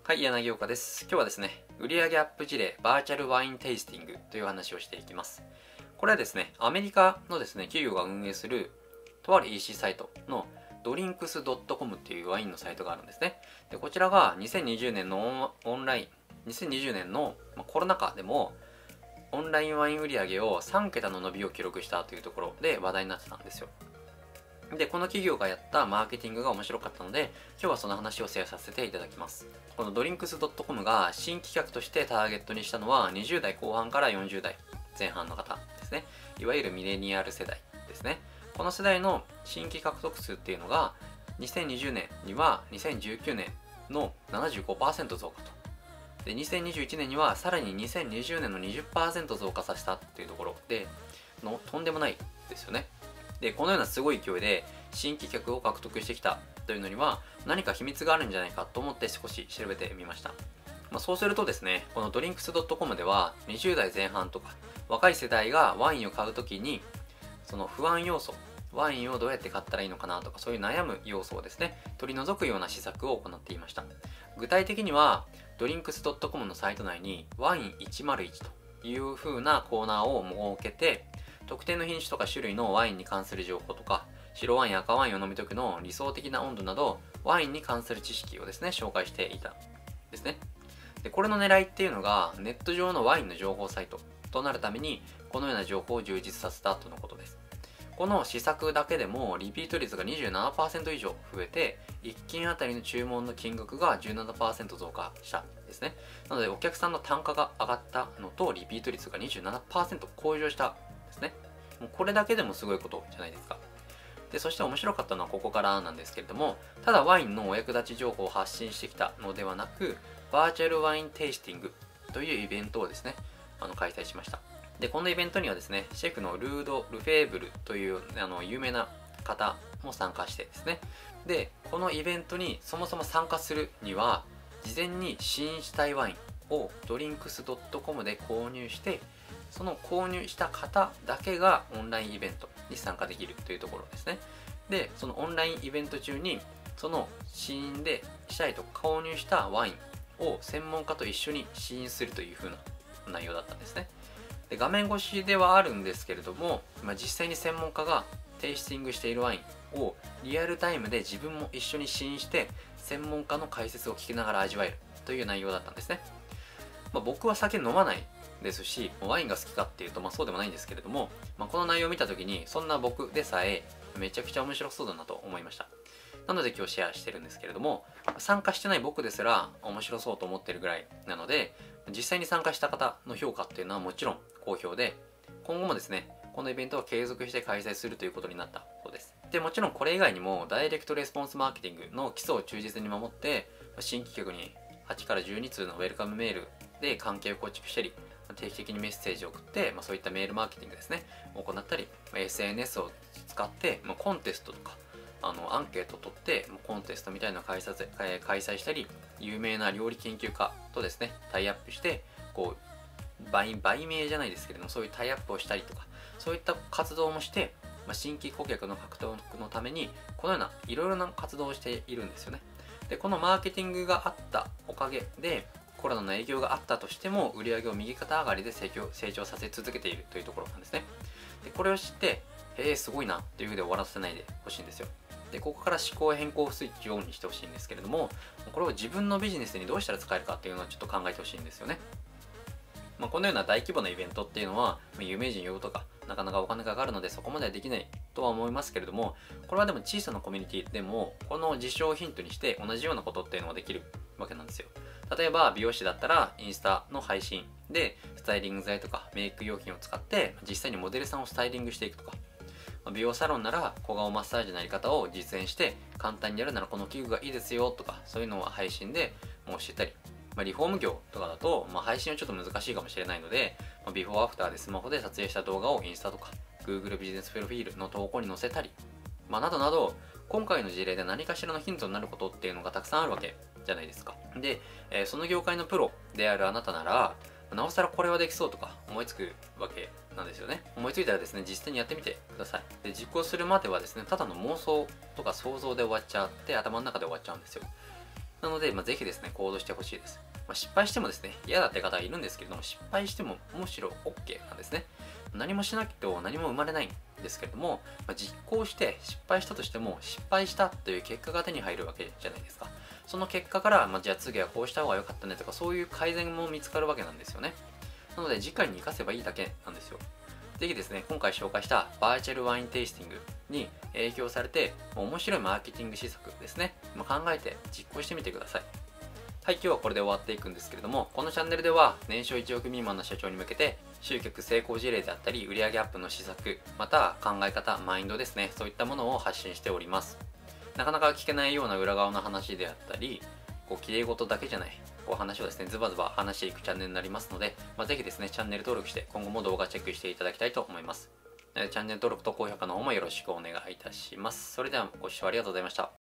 はい、柳岡です。今日はですね、売上アップ事例バーチャルワインテイスティングという話をしていきます。これはですね、アメリカのですね、企業が運営するとある EC サイトのドリンクス .com っていうワインのサイトがあるんですね。で、こちらが2020年の2020年のコロナ禍でもオンラインワイン売上を3桁の伸びを記録したというところで話題になってたんですよ。で、この企業がやったマーケティングが面白かったので、今日はその話をシェアさせていただきます。このドリンクス .com が新規客としてターゲットにしたのは20代後半から40代前半の方ですね。いわゆるミレニアル世代ですね。この世代の新規獲得数っていうのが2020年には2019年の 75% 増加と。で、2021年にはさらに2020年の 20% 増加させたっていうところでとんでもないですよね。で、このようなすごい勢いで新規客を獲得してきたというのには何か秘密があるんじゃないかと思って少し調べてみました。そうするとですね、このドリンクス .com では20代前半とか若い世代がワインを買うときにその不安要素、ワインをどうやって買ったらいいのかなとかそういう悩む要素をですね、取り除くような施策を行っていました。具体的にはドリンクス .com のサイト内にワイン101という風なコーナーを設けて、特定の品種とか種類のワインに関する情報とか、白ワイン、赤ワインを飲む時の理想的な温度など、ワインに関する知識をですね、紹介していたですね。で、これの狙いっていうのが、ネット上のワインの情報サイトとなるために、このような情報を充実させたとのことです。この施策だけでも、リピート率が 27% 以上増えて、1件あたりの注文の金額が 17% 増加したんですね。なので、お客さんの単価が上がったのと、リピート率が 27% 向上したですね。もうこれだけでもすごいことじゃないですか。で、そして面白かったのはここからなんですけれども、ただワインのお役立ち情報を発信してきたのではなく、バーチャルワインテイスティングというイベントをですね、開催しました。で、このイベントにはですね、シェフのルード・ルフェーブルという有名な方も参加してですね。で、このイベントにそもそも参加するには、事前に試飲したいワインをドリンクス .com で購入して、その購入した方だけがオンラインイベントに参加できるというところですね。で、そのオンラインイベント中に、その試飲でしたいと購入したワインを専門家と一緒に試飲するという風な内容だったんですね。で、画面越しではあるんですけれども、実際に専門家がテイスティングしているワインをリアルタイムで自分も一緒に試飲して専門家の解説を聞きながら味わえるという内容だったんですね。僕は酒飲まないですし、ワインが好きかっていうとそうでもないんですけれども、この内容を見た時にそんな僕でさえめちゃくちゃ面白そうだなと思いました。なので今日シェアしてるんですけれども、参加してない僕ですら面白そうと思ってるぐらいなので、実際に参加した方の評価っていうのはもちろん好評で、今後もですね、このイベントを継続して開催するということになったそうです。で、もちろんこれ以外にもダイレクトレスポンスマーケティングの基礎を忠実に守って、新規客に8から12通のウェルカムメールで関係を構築したり、定期的にメッセージを送って、そういったメールマーケティングですね、行ったり、SNS を使って、コンテストとか、アンケートを取って、コンテストみたいなのを開催したり、有名な料理研究家とですね、タイアップして、売名じゃないですけれども、そういうタイアップをしたりとか、そういった活動もして、新規顧客の獲得のために、このようないろいろな活動をしているんですよね。で、このマーケティングがあったおかげで、コロナの影響があったとしても、売り上げを右肩上がりで成長させ続けているというところなんですね。で、これを知って、すごいなというふうで終わらせないでほしいんですよ。で、ここから思考変更スイッチをオンにしてほしいんですけれども、これを自分のビジネスにどうしたら使えるかっていうのをちょっと考えてほしいんですよね。このような大規模なイベントっていうのは、有名人呼ぶとか、なかなかお金がかかるのでそこまではできないとは思いますけれども、これはでも小さなコミュニティでも、この事象をヒントにして同じようなことっていうのができるわけなんですよ。例えば美容師だったらインスタの配信でスタイリング剤とかメイク用品を使って実際にモデルさんをスタイリングしていくとか、美容サロンなら小顔マッサージのやり方を実演して簡単にやるならこの器具がいいですよとか、そういうのを配信でもう教えたり、リフォーム業とかだと、配信はちょっと難しいかもしれないので、ビフォーアフターでスマホで撮影した動画をインスタとか Google ビジネスプロフィールの投稿に載せたり、などなど、今回の事例で何かしらのヒントになることっていうのがたくさんあるわけじゃないですか。で、その業界のプロであるあなたなら、なおさらこれはできそうとか思いつくわけなんですよね。思いついたらですね、実際にやってみてください。で、実行するまではですね、ただの妄想とか想像で終わっちゃって、頭の中で終わっちゃうんですよ。 なので、ぜひですね、行動してほしいです。失敗してもですね、嫌だって方がいるんですけれども、失敗してもむしろ OK なんですね。何もしなきゃ何も生まれないんですけれども、実行して失敗したとしても、失敗したという結果が手に入るわけじゃないですか。その結果から、じゃあ次はこうした方が良かったねとか、そういう改善も見つかるわけなんですよね。なので、次回に活かせばいいだけなんですよ。ぜひですね、今回紹介したバーチャルワインテイスティングに影響されて、面白いマーケティング施策ですね、考えて実行してみてください。はい、今日はこれで終わっていくんですけれども、このチャンネルでは年商1億未満の社長に向けて、集客成功事例であったり、売上アップの施策、また考え方、マインドですね、そういったものを発信しております。なかなか聞けないような裏側の話であったり、綺麗事だけじゃない、話をですね、ズバズバ話していくチャンネルになりますので、ぜひですね、チャンネル登録して今後も動画チェックしていただきたいと思います。チャンネル登録と高評価の方もよろしくお願いいたします。それではご視聴ありがとうございました。